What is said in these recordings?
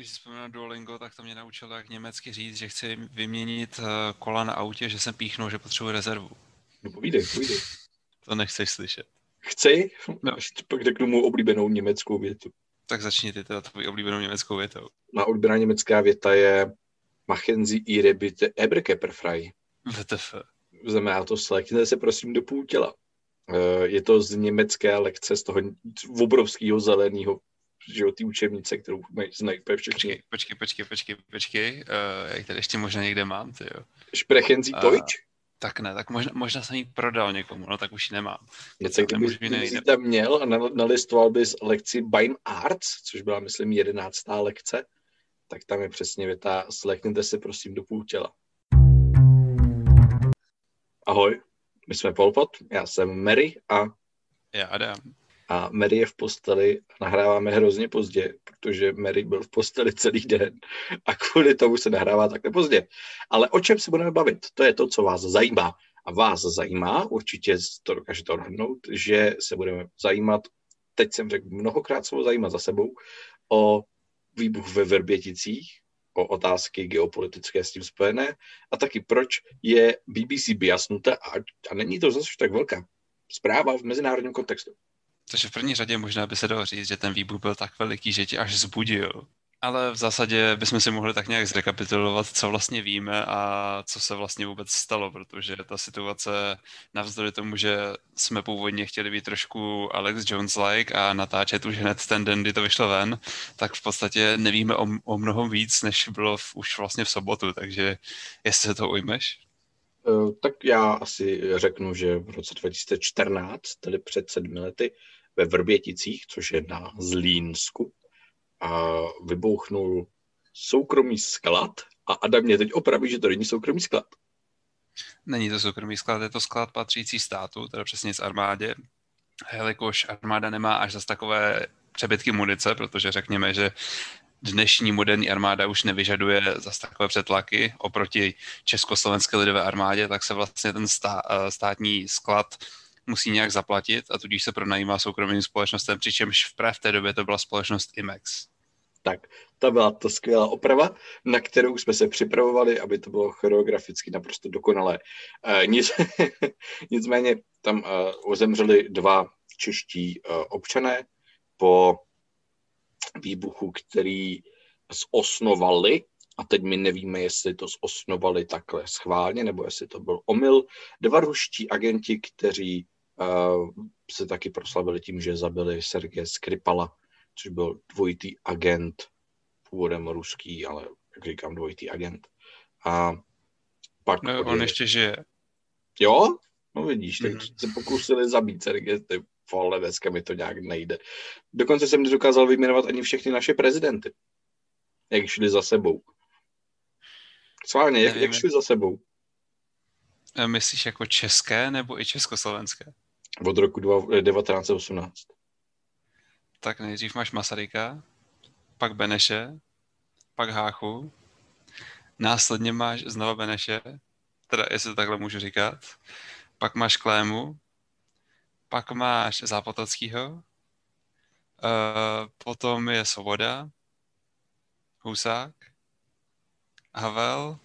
Když si vzpomínám Duolingo, tak to mě naučilo jak německy říct, že chci vyměnit kola na autě, že jsem píchnul, že potřebuji rezervu. No povídej. To nechceš slyšet. Chci? No. Až pak řeknu mu oblíbenou německou větu. Tak začni ty tvoji oblíbenou německou větou. Má oblíbená německá věta je Machen Sie Ihre bitte Eberkäpperfrei. VTF. Znamená to slekněte se prosím do půl těla. Je to z německé lekce, z toho obrovského zeleného, že ty učebnice, kterou znají všichni. Počkej. Jak tady ještě možná někde mám, ty jo. Sprechen Sie Deutsch? Tak ne, tak možná jsem ji prodal někomu, no tak už ji nemám. Tak kdybys ji tam měl a nalistoval bys lekci Beim Arzt, což byla, myslím, 11. lekce, tak tam je přesně věta slekněte se prosím do půl těla. Ahoj, my jsme Polpot, já jsem Mary a... Já Adam. A Mary je v posteli a nahráváme hrozně pozdě, protože Mary byl v posteli celý den a kvůli tomu se nahrává takhle pozdě. Ale o čem se budeme bavit? To je to, co vás zajímá. A vás zajímá, určitě to dokážete odhadnout, že se budeme zajímat, teď jsem řekl mnohokrát slovo zajímat za sebou, o výbuch ve Vrběticích, o otázky geopolitické s tím spojené a taky proč je BBC vyjasnuta a není to zase tak velká zpráva v mezinárodním kontextu. Takže v první řadě možná by se dalo říct, že ten výbuch byl tak veliký, že tě až zbudil. Ale v zásadě bychom si mohli tak nějak zrekapitulovat, co vlastně víme a co se vlastně vůbec stalo, protože ta situace, navzdory tomu, že jsme původně chtěli být trošku Alex Jones-like a natáčet už hned ten den, kdy to vyšlo ven, tak v podstatě nevíme o mnoho víc, než bylo už vlastně v sobotu, takže jestli se to ujmeš? Tak já asi řeknu, že v roce 2014, tedy před 7 lety, ve Vrběticích, což je na Zlínsku, a vybouchnul soukromý sklad a Adam mě teď opraví, že to není soukromý sklad. Není to soukromý sklad, je to sklad patřící státu, teda přesně z armádě. Jelikož armáda nemá až zase takové přebytky munice, protože řekněme, že dnešní moderní armáda už nevyžaduje zase takové přetlaky oproti Československé lidové armádě, tak se vlastně ten státní sklad musí nějak zaplatit a tudíž se pronajímá soukromým společnostem, přičemž v té době to byla společnost Imex. Tak, to byla ta skvělá oprava, na kterou jsme se připravovali, aby to bylo choreograficky naprosto dokonalé. Nicméně tam zemřeli 2 čeští občané po výbuchu, který zosnovali, a teď my nevíme, jestli to zosnovali takhle schválně, nebo jestli to byl omyl, 2 ruští agenti, kteří se taky proslavili tím, že zabili Sergeje Skripala, což byl dvojitý agent, původem ruský, ale jak říkám, dvojitý agent. A pak... No, on ještě žije. Jo? No vidíš, tak se pokusili zabít Sergeje, ale dneska mi to nějak nejde. Dokonce jsem nedokázal vyjmenovat ani všechny naše prezidenty. Jak šli za sebou. Sválně, jak šli za sebou? Myslíš jako české nebo i československé? Od roku 1918. Tak nejdřív máš Masaryka, pak Beneše, pak Háchu, následně máš znova Beneše, teda jestli to takhle můžu říkat, pak máš Klému, pak máš Zápotockýho, potom je Svoboda, Husák, Havel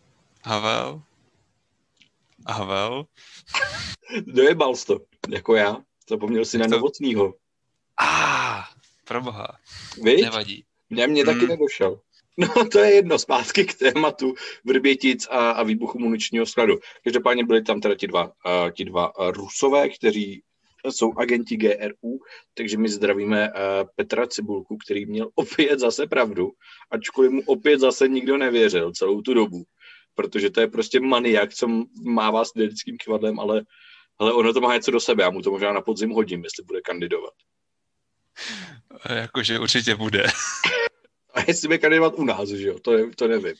a Havel. Dojebal jsi to, jako já. Zapomněl si na Novotnýho. Proboha. Víš? Nevadí. Mě taky nedošel. No to je jedno, zpátky k tématu Vrbětic a výbuchu muničního skladu. Každopádně byli tam teda ti dva Rusové, kteří jsou agenti GRU, takže my zdravíme Petra Cibulku, který měl opět zase pravdu, ačkoliv mu opět zase nikdo nevěřil celou tu dobu, protože to je prostě maniak, co mává s identickým kivadlem, ale ono to má něco do sebe, já mu to možná na podzim hodím, jestli bude kandidovat. Jakože určitě bude. A jestli bude kandidovat u nás, že jo, to nevím.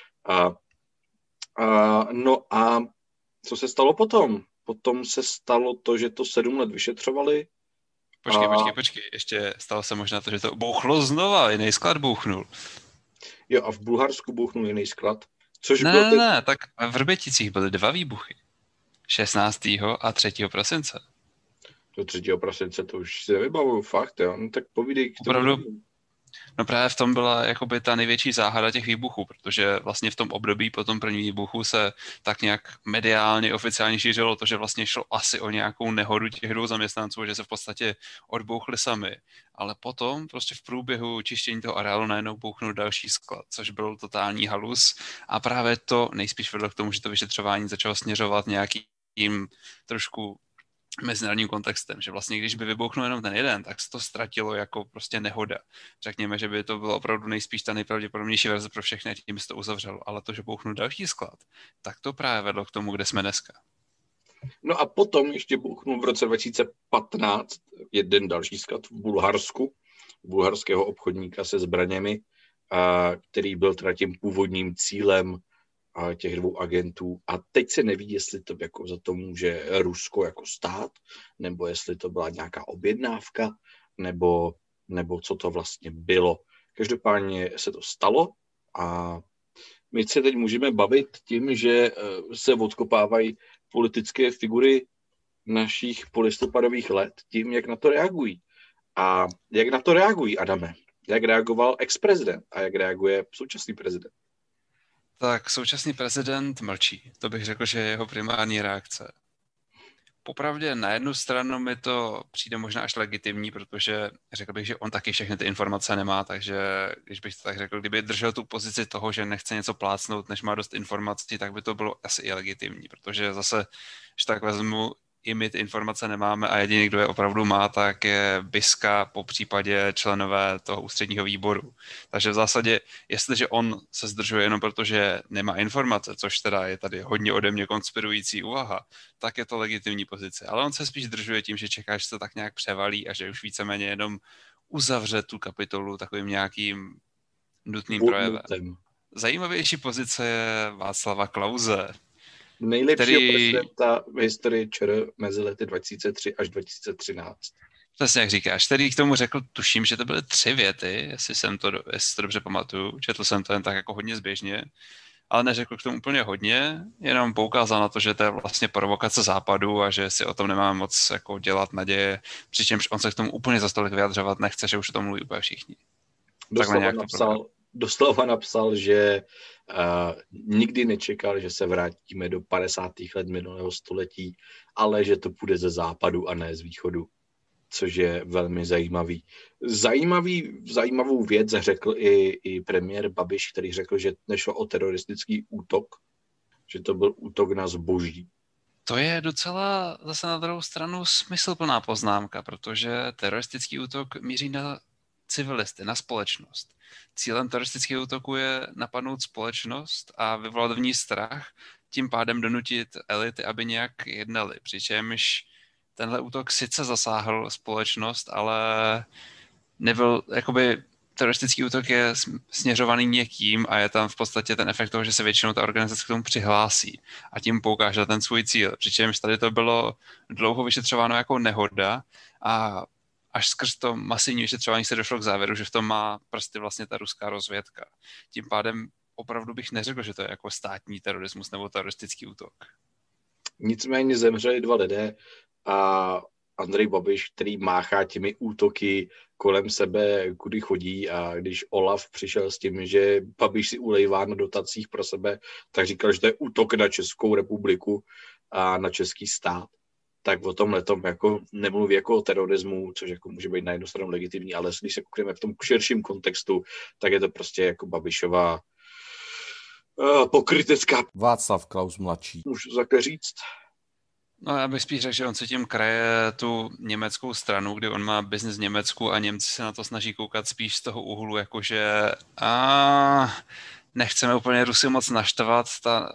No a co se stalo potom? Potom se stalo to, že to 7 let vyšetřovali. Počkej, ještě stalo se možná to, že to bouchlo znova, jiný sklad bouchnul. Jo, a v Bulharsku bouchnul jiný sklad. Ne, tak v Vrběticích byly 2 výbuchy. 16. a 3. prosince. Do 3. prosince to už si nevybavuju, fakt, jo. No tak povídej k tomu. Opravdu, No právě v tom byla jakoby ta největší záhada těch výbuchů, protože vlastně v tom období po tom prvním výbuchu se tak nějak mediálně oficiálně šířilo to, že vlastně šlo asi o nějakou nehodu těch dvou zaměstnanců, že se v podstatě odbouchli sami. Ale potom prostě v průběhu čištění toho areálu najednou bouchnul další sklad, což byl totální halus a právě to nejspíš vedlo k tomu, že to vyšetřování začalo směřovat nějakým trošku mezinárodním kontextem, že vlastně když by vybuchnul jenom ten jeden, tak se to ztratilo jako prostě nehoda. Řekněme, že by to bylo opravdu nejspíš ta nejpravděpodobnější verze pro všechny, tím by se to uzavřelo, ale to, že bouchnul další sklad, tak to právě vedlo k tomu, kde jsme dneska. No a potom ještě bouchnul v roce 2015 jeden další sklad v Bulharsku, bulharského obchodníka se zbraněmi, který byl teda tím původním cílem těch dvou agentů. A teď se neví, jestli to jako za to může Rusko jako stát, nebo jestli to byla nějaká objednávka, nebo co to vlastně bylo. Každopádně se to stalo a my se teď můžeme bavit tím, že se odkopávají politické figury našich polistopadových let tím, jak na to reagují. A jak na to reagují, Adame? Jak reagoval ex-prezident a jak reaguje současný prezident? Tak současný prezident mlčí. To bych řekl, že je jeho primární reakce. Popravdě na jednu stranu mi to přijde možná až legitimní, protože řekl bych, že on taky všechny ty informace nemá, takže když bych to tak řekl, kdyby držel tu pozici toho, že nechce něco plácnout, než má dost informací, tak by to bylo asi i legitimní, protože zase, když tak vezmu, i my ty informace nemáme a jediný, kdo je opravdu má, tak je BISka, po případě členové toho ústředního výboru. Takže v zásadě, jestliže on se zdržuje jenom proto, že nemá informace, což teda je tady hodně ode mě konspirující úvaha, tak je to legitimní pozice. Ale on se spíš zdržuje tím, že čeká, že se to tak nějak převalí a že už víceméně jenom uzavře tu kapitolu takovým nějakým nutným projevem. Zajímavější pozice je Václava Klause, nejlepšího prezidenta v historii ČR mezi lety 2003 až 2013. Přesně jak říkáš, který k tomu řekl, tuším, že to byly 3 věty, jestli to dobře pamatuju, četl jsem to jen tak jako hodně zběžně, ale neřekl k tomu úplně hodně, jenom poukázal na to, že to je vlastně provokace západu a že si o tom nemáme moc jako dělat naděje, přičemž on se k tomu úplně za stolik vyjadřovat nechce, že už o tom mluví úplně všichni. Doslova napsal, že nikdy nečekal, že se vrátíme do 50. let minulého století, ale že to půjde ze západu a ne z východu, což je velmi zajímavý. Zajímavou věc řekl i premiér Babiš, který řekl, že nešlo o teroristický útok, že to byl útok na zboží. To je docela zase na druhou stranu smysluplná poznámka, protože teroristický útok míří na civilisty, na společnost. Cílem teroristického útoku je napadnout společnost a vyvolat v ní strach, tím pádem donutit elity, aby nějak jednali. Přičemž tenhle útok sice zasáhl společnost, ale nebyl, jakoby teroristický útok je směřovaný někým a je tam v podstatě ten efekt toho, že se většinou ta organizace k tomu přihlásí a tím poukáže na ten svůj cíl. Přičemž tady to bylo dlouho vyšetřováno jako nehoda a až skrz to masivní vyšetřování se došlo k závěru, že v tom má prsty vlastně ta ruská rozvědka. Tím pádem opravdu bych neřekl, že to je jako státní terorismus nebo teroristický útok. Nicméně zemřeli 2 lidé a Andrej Babiš, který máchá těmi útoky kolem sebe, kudy chodí, a když Olaf přišel s tím, že Babiš si ulejvá na dotacích pro sebe, tak říkal, že to je útok na Českou republiku a na český stát. Tak o tomhletom jako nemluví jako o terorismu, což jako může být na jednu stranu legitimní, ale když se koukneme v tom širším kontextu, tak je to prostě jako Babišová pokrytecká. Václav Klaus mladší. Můžu takhle říct? No já bych spíš řekl, že on se tím kraje tu německou stranu, kdy on má biznis v Německu a Němci se na to snaží koukat spíš z toho úhlu, jakože nechceme úplně Rusy moc naštvat, ta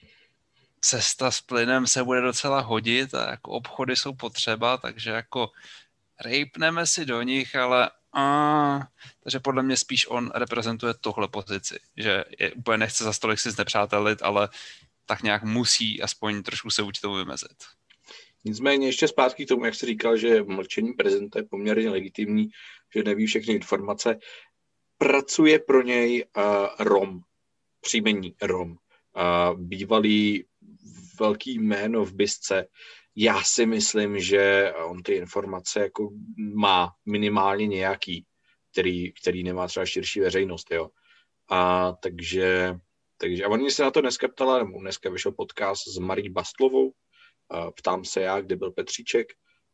cesta s plynem se bude docela hodit a jako obchody jsou potřeba, takže jako rejpneme si do nich, ale takže podle mě spíš on reprezentuje tohle pozici, že je, úplně nechce za stolik si znepřátelit, ale tak nějak musí aspoň trošku se vůči tomu vymezit. Nicméně ještě zpátky k tomu, jak jsi říkal, že mlčení prezidenta je poměrně legitimní, že neví všechny informace. Pracuje pro něj Rom, příjmení Rom, bývalý velký jméno v BISce. Já si myslím, že on ty informace jako má minimálně nějaký. který nemá třeba širší veřejnost, jo. A takže a oni se na to dneska ptala, nebo dneska vyšel podcast s Marí Bastlovou, Ptám se já, kde byl Petříček,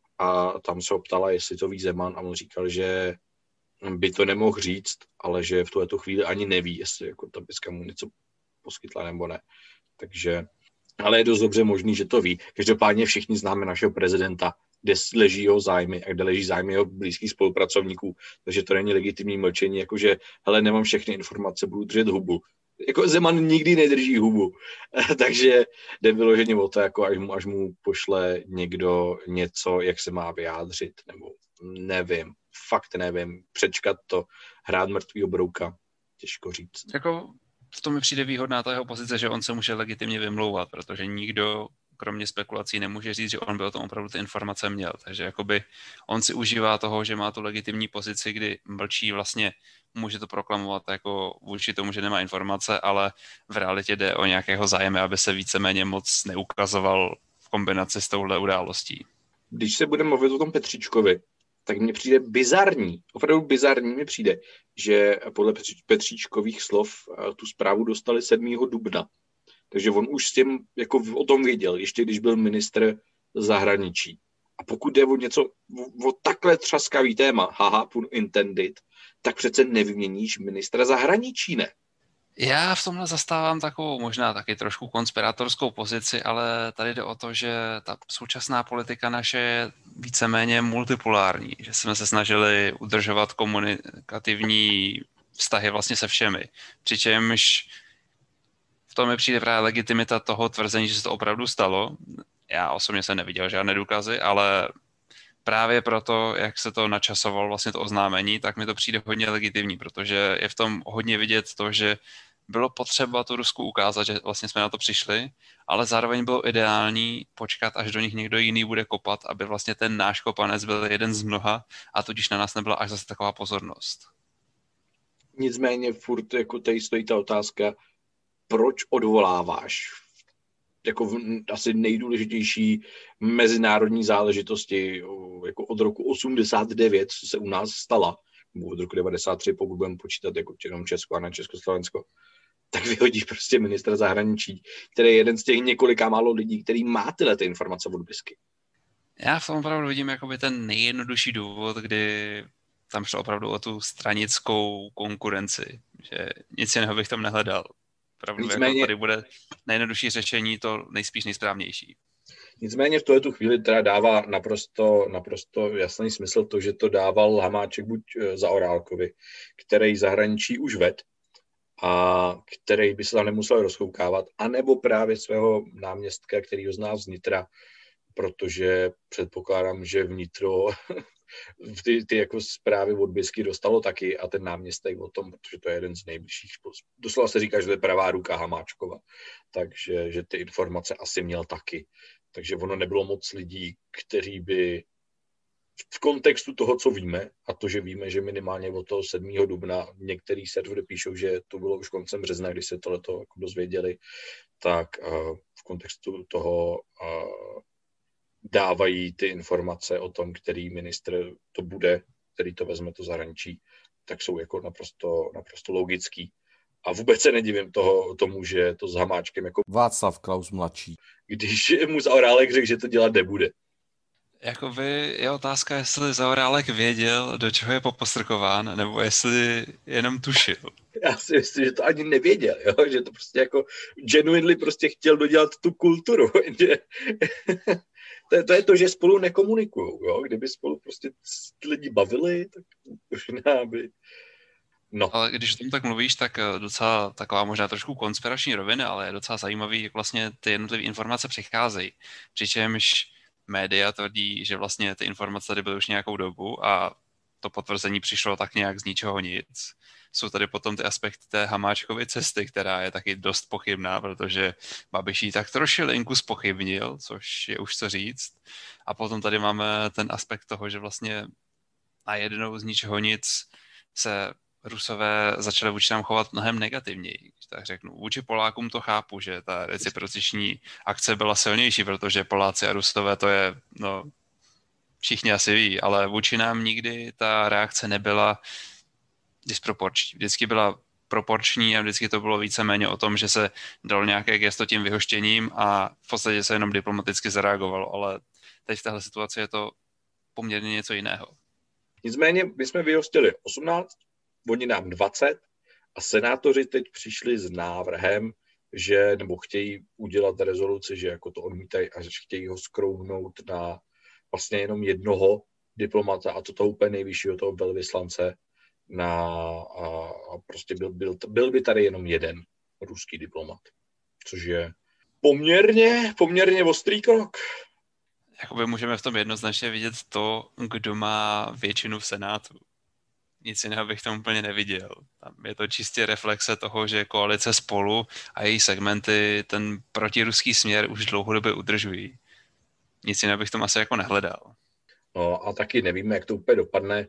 a tam se ho ptala, jestli to ví Zeman, a on říkal, že by to nemohl říct, ale že v tuhle chvíli ani neví, jestli jako ta Biska mu něco poskytla nebo ne. Takže, ale je dost dobře možný, že to ví. Každopádně všichni známe našeho prezidenta, kde leží jeho zájmy a kde leží zájmy jeho blízkých spolupracovníků, takže to není legitimní mlčení, jakože hele, nemám všechny informace, budu držet hubu. Jako Zeman nikdy nedrží hubu, takže jde vyloženě o to, jako až mu pošle někdo něco, jak se má vyjádřit, nebo nevím, fakt nevím, přečkat to, hrát mrtvýho brouka, těžko říct. Jako v tom mi přijde výhodná ta jeho pozice, že on se může legitimně vymlouvat, protože nikdo kromě spekulací nemůže říct, že on by o tom opravdu ty informace měl. Takže jakoby on si užívá toho, že má tu legitimní pozici, kdy mlčí, vlastně může to proklamovat jako vůči tomu, že nemá informace, ale v realitě jde o nějakého zájmu, aby se víceméně moc neukazoval v kombinaci s touhle událostí. Když se budeme mluvit o tom Petříčkovi, tak mně přijde bizarní, opravdu bizarní mi přijde, že podle Petříčkových slov tu zprávu dostali 7. dubna. Takže on už s tím jako o tom věděl, ještě když byl ministr zahraničí. A pokud jde o něco, o takhle třaskavý téma, haha, pun intended, tak přece nevyměníš ministra zahraničí, ne? Já v tomhle zastávám takovou možná taky trošku konspirátorskou pozici, ale tady jde o to, že ta současná politika naše je víceméně multipolární, že jsme se snažili udržovat komunikativní vztahy vlastně se všemi. Přičemž v tom mi přijde právě legitimita toho tvrzení, že se to opravdu stalo. Já osobně jsem neviděl žádné důkazy, ale právě proto, jak se to načasovalo vlastně to oznámení, tak mi to přijde hodně legitimní, protože je v tom hodně vidět to, že bylo potřeba tu Rusku ukázat, že vlastně jsme na to přišli, ale zároveň bylo ideální počkat, až do nich někdo jiný bude kopat, aby vlastně ten náš kopanec byl jeden z mnoha a tudíž na nás nebyla až zase taková pozornost. Nicméně furt jako tady stojí ta otázka, proč odvoláváš jako asi nejdůležitější mezinárodní záležitosti jako od roku 89, co se u nás stala, nebo od roku 93, pokud budeme počítat jako jenom Česko a ne Československo, tak vyhodí prostě ministra zahraničí, který je jeden z těch několika málo lidí, který má tyhle ty informace od Bisky. Já v tom opravdu vidím jakoby ten nejjednodušší důvod, kdy tam šlo opravdu o tu stranickou konkurenci, že nic jiného bych tam nehledal. Opravdu nicméně, jako tady bude nejjednodušší řešení, to nejspíš nejsprávnější. Nicméně v tuhle chvíli teda dává naprosto jasný smysl to, že to dával Hamáček buď Zaorálkovi, který zahraničí už ved a který by se tam nemusel rozkoukávat, anebo právě svého náměstka, který ho zná z vnitra, protože předpokládám, že vnitro ty jako zprávy od Bisky dostalo taky a ten náměstek o tom, protože to je jeden z nejbližších, doslova se říká, že to je pravá ruka Hamáčkova, takže že ty informace asi měl taky. Takže ono nebylo moc lidí, kteří by v kontextu toho, co víme, a to, že víme, že minimálně od toho 7. dubna některý servery píšou, že to bylo už koncem března, když se tohleto jako dozvěděli, tak v kontextu toho dávají ty informace o tom, který ministr to bude, který to vezme to zahraničí, tak jsou jako naprosto logický. A vůbec se nedivím tomu, že to s Hamáčkem jako Václav Klaus mladší. Když mu Zaorálek řekl, že to dělat nebude. Jakoby je otázka, jestli Zaorálek věděl, do čeho je popostrkován, nebo jestli jenom tušil. Já si myslím, že to ani nevěděl, jo? Že to prostě jako genuinely prostě chtěl dodělat tu kulturu. To je to, že spolu nekomunikujou, jo? Kdyby spolu prostě lidi bavili, tak možná by... No. Ale když o tom tak mluvíš, tak docela taková možná trošku konspirační rovina, ale je docela zajímavý, jak vlastně ty jednotlivé informace přicházejí. Přičemž média tvrdí, že vlastně ty informace tady byly už nějakou dobu a to potvrzení přišlo tak nějak z ničeho nic. Jsou tady potom ty aspekty té Hamáčkovy cesty, která je taky dost pochybná, protože Babiš ji tak trošilinku zpochybnil, což je už co říct. A potom tady máme ten aspekt toho, že vlastně najednou z ničeho nic se Rusové začali vůči nám chovat mnohem negativněji, tak řeknu. Vůči Polákům to chápu, že ta reciproční akce byla silnější, protože Poláci a Rusové to je, no, všichni asi ví, ale vůči nám nikdy ta reakce nebyla disproporční. Vždycky byla proporční a vždycky to bylo víceméně o tom, že se dalo nějaké gesto tím vyhoštěním a v podstatě se jenom diplomaticky zareagovalo, ale teď v téhle situaci je to poměrně něco jiného. Nicméně my jsme vyhostili 18, oni nám 20 a senátoři teď přišli s návrhem, že, nebo chtějí udělat rezoluci, že jako to odmítají a že chtějí ho skrouhnout na vlastně jenom jednoho diplomata a to toho úplně nejvyššího, toho velvyslance a prostě byl by tady jenom jeden ruský diplomat, což je poměrně ostrý krok. Jakoby můžeme v tom jednoznačně vidět to, kdo má většinu v Senátu. Nic jiného bych tam úplně neviděl. Tam je to čistě reflexe toho, že koalice Spolu a její segmenty ten protiruský směr už dlouhodobě udržují. Nic jiného bych tam asi jako nehledal. No a taky nevíme, jak to úplně dopadne,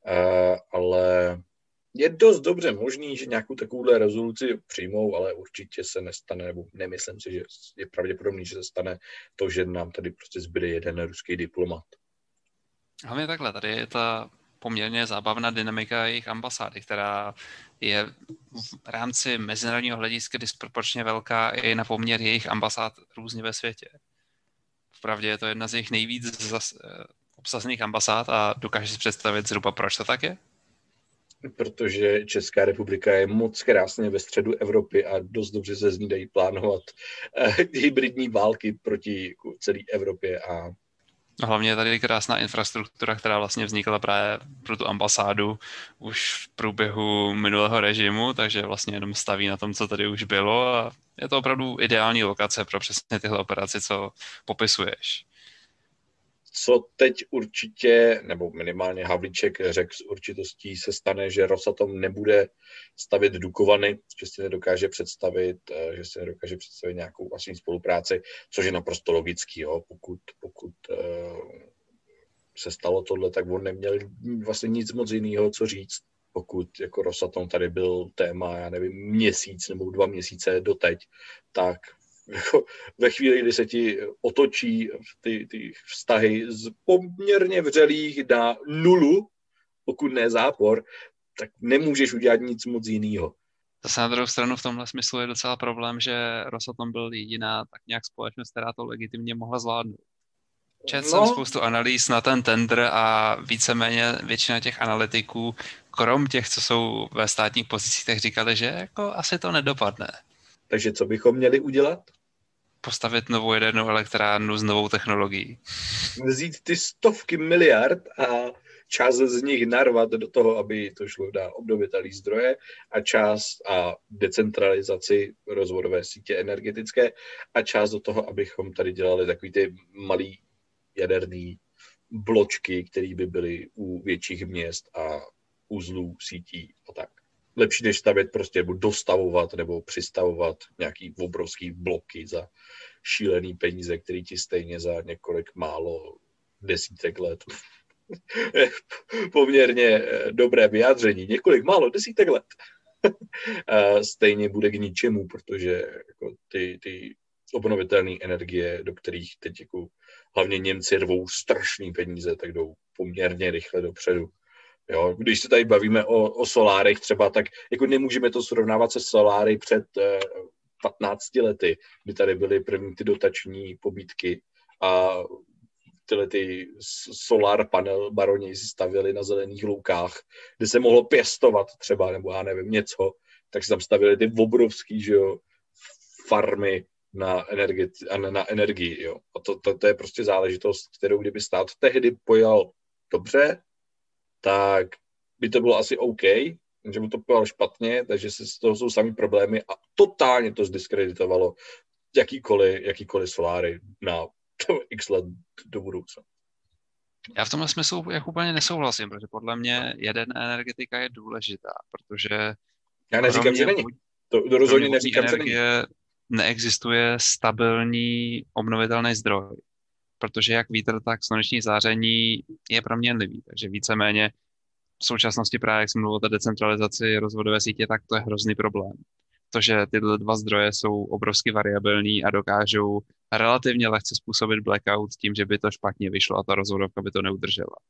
ale je dost dobře možný, že nějakou takovouhle rezoluci přijmou, ale určitě se nestane, nebo nemyslím si, že je pravděpodobný, že se stane to, že nám tady prostě zbyde jeden ruský diplomat. Hlavně takhle, tady je ta poměrně zábavná dynamika jejich ambasády, která je v rámci mezinárodního hlediska disproporčně velká i na poměr jejich ambasád různě ve světě. Vpravdě je to jedna z jejich nejvíc obsazených ambasád a dokážeš si představit zhruba, proč to tak je? Protože Česká republika je moc krásně ve středu Evropy a dost dobře se z ní dají plánovat hybridní války proti celé Evropě. A hlavně je tady krásná infrastruktura, která vlastně vznikla právě pro tu ambasádu už v průběhu minulého režimu, takže vlastně jenom staví na tom, co tady už bylo a je to opravdu ideální lokace pro přesně tyhle operace, co popisuješ. Co teď určitě, nebo minimálně Havlíček řekl s určitostí, se stane, že Rosatom nebude stavět Dukovany, že si nedokáže představit nějakou vlastní spolupráci, což je naprosto logický. Jo. Pokud se stalo tohle, tak on neměl vlastně nic moc jiného, co říct. Pokud jako Rosatom tady byl téma, já nevím, měsíc nebo 2 měsíce doteď, tak jako ve chvíli, kdy se ti otočí ty vztahy z poměrně vřelých na nulu, pokud ne zápor, tak nemůžeš udělat nic moc jiného. Zase na druhou stranu v tomhle smyslu je docela problém, že Rosatom byl jediná tak nějak společnost, která to legitimně mohla zvládnout. Četl jsem spoustu analýz na ten tender a víceméně většina těch analytiků, krom těch, co jsou ve státních pozicích, tak říkali, že jako asi to nedopadne. Takže co bychom měli udělat? Postavit novou jadernou elektrárnu s novou technologií. Vzít ty stovky miliard a část z nich narvat do toho, aby to šlo na obnovitelné zdroje a část a decentralizaci rozvodové sítě energetické a část do toho, abychom tady dělali takový ty malý jaderný bločky, které by byly u větších měst a uzlů sítí a tak. Lepší než stavět prostě, nebo dostavovat, nebo přistavovat nějaký obrovský bloky za šílený peníze, který ti stejně za několik málo desítek let. Poměrně dobré vyjádření. Několik málo desítek let. Stejně bude k ničemu, protože jako ty obnovitelné energie, do kterých teď jako hlavně Němci rvou strašný peníze, tak jdou poměrně rychle dopředu. Jo, když se tady bavíme o solárech třeba, tak jako nemůžeme to srovnávat se soláry před 15 lety, kdy tady byly první ty dotační pobídky a tyhle ty solar panel baroni si stavěli na zelených loukách, kde se mohlo pěstovat třeba, nebo já nevím, něco, tak si tam stavili ty obrovský, že jo, farmy na energii, jo. A to je prostě záležitost, kterou kdyby stát tehdy pojal dobře, tak by to bylo asi OK, že by to bylo špatně, takže z toho jsou samý problémy a totálně to zdiskreditovalo jakýkoliv soláry na x let do budoucna. Já v tomhle smyslu jak úplně nesouhlasím, protože podle mě jaderná energetika je důležitá, protože já neříkám, že není. To rozhodně neříkám, že není. Neexistuje stabilní obnovitelný zdroj, protože jak vítr, tak sluneční záření je proměnlivý, takže víceméně v současnosti právě, jak jsem mluvil o té decentralizaci rozvodové sítě, tak to je hrozný problém. Protože tyhle dva zdroje jsou obrovsky variabilní a dokážou relativně lehce způsobit blackout tím, že by to špatně vyšlo a ta rozvodovka by to neudržela.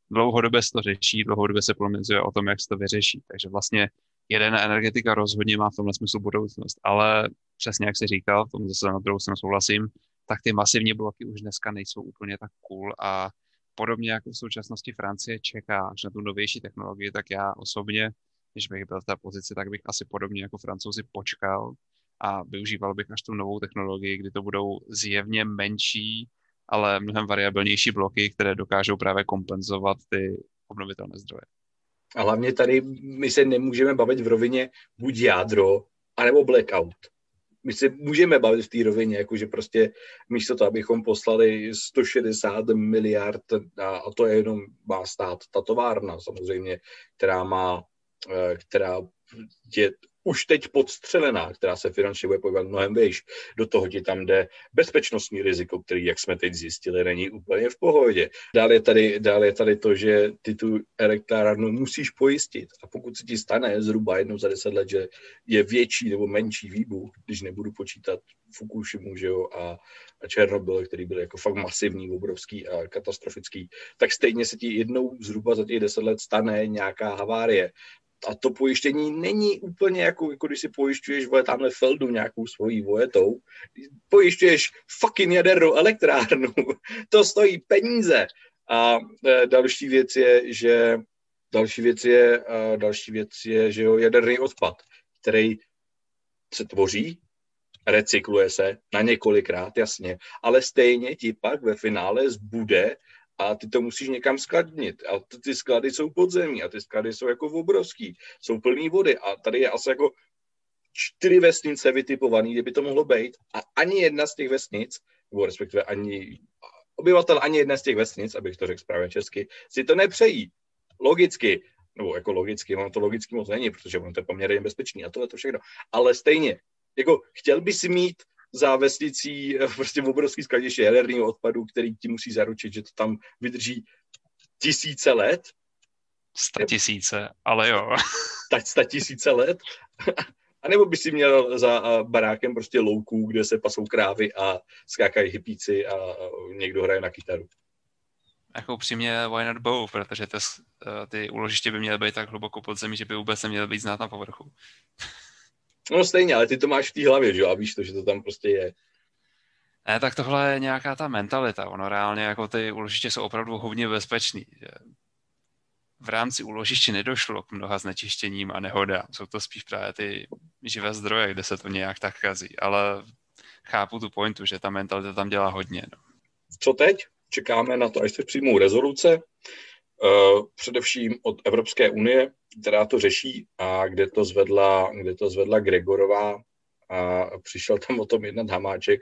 dlouhodobě se to řeší, dlouhodobě se polemizuje o tom, jak se to vyřeší. Takže vlastně jaderná energetika rozhodně má v tomhle smyslu budoucnost, ale přesně jak jsi říkal, v tom zase na druhou stranu souhlasím, tak ty masivní bloky už dneska nejsou úplně tak cool a podobně jako v současnosti Francie čeká až na tu novější technologii, tak já osobně, když bych byl v té pozici, tak bych asi podobně jako Francouzi počkal a využíval bych až tu novou technologii, kdy to budou zjevně menší, ale mnohem variabilnější bloky, které dokážou právě kompenzovat ty obnovitelné zdroje. A hlavně tady my se nemůžeme bavit v rovině buď jádro, anebo blackout. My se můžeme bavit v té rovině, jakože prostě místo toho, abychom poslali 160 miliard, a to je jenom má stát ta továrna samozřejmě, která je už teď podstřelená, která se finančně bude pohybovat mnohem výš. Do toho ti tam jde bezpečnostní riziko, který, jak jsme teď zjistili, není úplně v pohodě. Dál je tady to, že ty tu elektrárnu musíš pojistit. A pokud se ti stane zhruba jednou za 10 let, že je větší nebo menší výbuch, když nebudu počítat Fukushimu, že jo, a Černobyl, který byl jako fakt masivní, obrovský a katastrofický, tak stejně se ti jednou zhruba za těch 10 let stane nějaká havárie. A to pojištění není úplně jako když si pojišťuješ tamhle Feldu nějakou svojí vojetou. Pojišťuješ fucking jadernou elektrárnu. To stojí peníze. A další věc je, že jo, jaderný odpad, který se tvoří, recykluje se na několikrát, jasně, ale stejně ti pak ve finále zbude a ty to musíš někam skladnit. A ty sklady jsou podzemní a ty sklady jsou jako obrovský, jsou plný vody a tady je asi jako 4 vesnice vytipovaný, kde by to mohlo být a ani jedna z těch vesnic, nebo respektive ani obyvatel ani jedna z těch vesnic, abych to řekl správně česky, si to nepřejí. Logicky, nebo jako logicky, ono to logicky moc není, protože ono to je poměrně bezpečný a tohle to všechno. Ale stejně, jako chtěl by si mít za vesnicí prostě obrovský skladiště jaderného odpadu, který ti musí zaručit, že to tam vydrží tisíce let. 100 000, ale jo. Tak 100 000 let. A nebo by si měl za barákem prostě louku, kde se pasou krávy a skákají hippíci a někdo hraje na kytaru. Jako upřímně why not both, protože ty úložiště by měly být tak hluboko pod zemí, že by vůbec neměly být znát na povrchu. No stejně, ale ty to máš v té hlavě, že? A víš to, že to tam prostě je. Ne, tak tohle je nějaká ta mentalita. Ono reálně jako ty úložiště jsou opravdu hodně bezpečný. Že v rámci úložiště nedošlo k mnoha znečištěním a nehodám. Jsou to spíš právě ty živé zdroje, kde se to nějak tak kazí. Ale chápu tu pointu, že ta mentalita tam dělá hodně. No. Co teď? Čekáme na to, až se přijmou rezoluce, především od Evropské unie, která to řeší a kde to zvedla Gregorová a přišel tam o tom jednat Hamáček,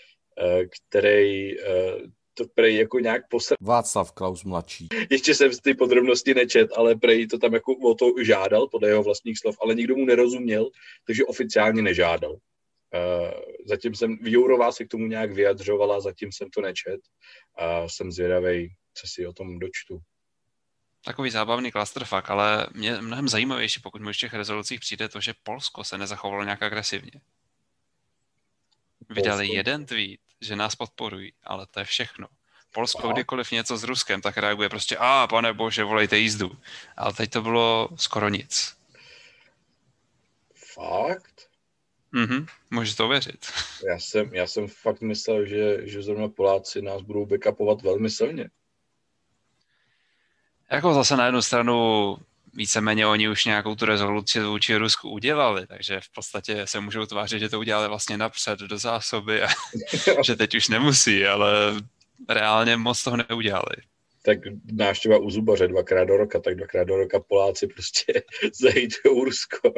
který to prej jako nějak Václav Klaus mladší. Ještě jsem ty podrobnosti nečet, ale prej to tam jako o to žádal, podle jeho vlastních slov, ale nikdo mu nerozuměl, takže oficiálně nežádal. Zatím Jourová se k tomu nějak vyjadřovala, zatím jsem to nečet a jsem zvědavej, co si o tom dočtu. Takový zábavný clusterfuck, ale mě mnohem zajímavější, pokud mi v těch rezolucích přijde to, že Polsko se nezachovalo nějak agresivně. Vydali jeden tweet, že nás podporují, ale to je všechno. Polsko kdykoliv něco s Ruskem, tak reaguje prostě pane bože, volejte jízdu. Ale teď to bylo skoro nic. Fakt? Můžeš to věřit. Já jsem fakt myslel, že zrovna Poláci nás budou backupovat velmi silně. Jako zase na jednu stranu víceméně oni už nějakou tu rezoluci vůči Rusku udělali, takže v podstatě se můžou tvářit, že to udělali vlastně napřed do zásoby a že teď už nemusí, ale reálně moc toho neudělali. Tak návštěva u zubaře 2x do roka, tak 2x do roka Poláci prostě zajídou Rusko.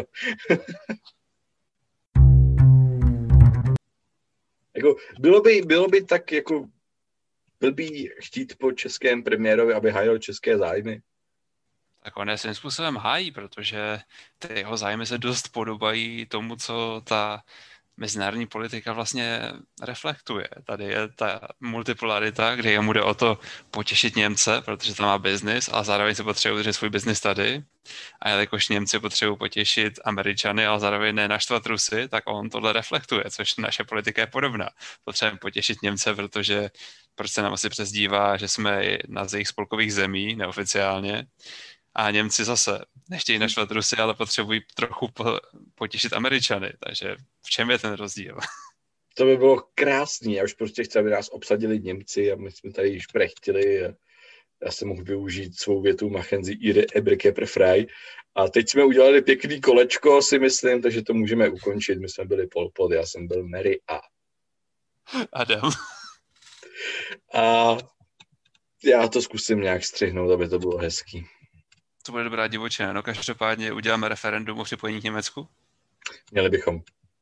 Jako, bylo by tak jako blbý chtít po českém premiérovi, aby hájil české zájmy. Tak on je svým způsobem hájí, protože ty jeho zájmy se dost podobají tomu, co ta mezinárodní politika vlastně reflektuje. Tady je ta multipolarita, kde jemu jde o to potěšit Němce, protože tam má biznis, ale zároveň se potřebuje udržet svůj biznis tady. A jelikož Němci potřebují potěšit Američany, ale zároveň nenaštvat Rusy, tak on tohle reflektuje, což naše politika je podobná. Potřebujeme potěšit Němce, protože proč se nám asi přezdívá, že jsme jedna z jejich spolkových zemí, neoficiálně. A Němci zase nechtějí naštvat Rusy, ale potřebují trochu potěšit Američany. Takže v čem je ten rozdíl? To by bylo krásný. Já už prostě chci, aby nás obsadili Němci a my jsme tady již prechtili. Já jsem mohl využít svou větu Machen Sie Ihre Eberkäfer frei. A teď jsme udělali pěkný kolečko, si myslím, takže to můžeme ukončit. My jsme byli Pol Pot, já jsem byl Mary a Adam. A já to zkusím nějak střihnout, aby to bylo hezký. To bude dobrá divočina. No každopádně uděláme referendum o připojení k Německu? Měli bychom.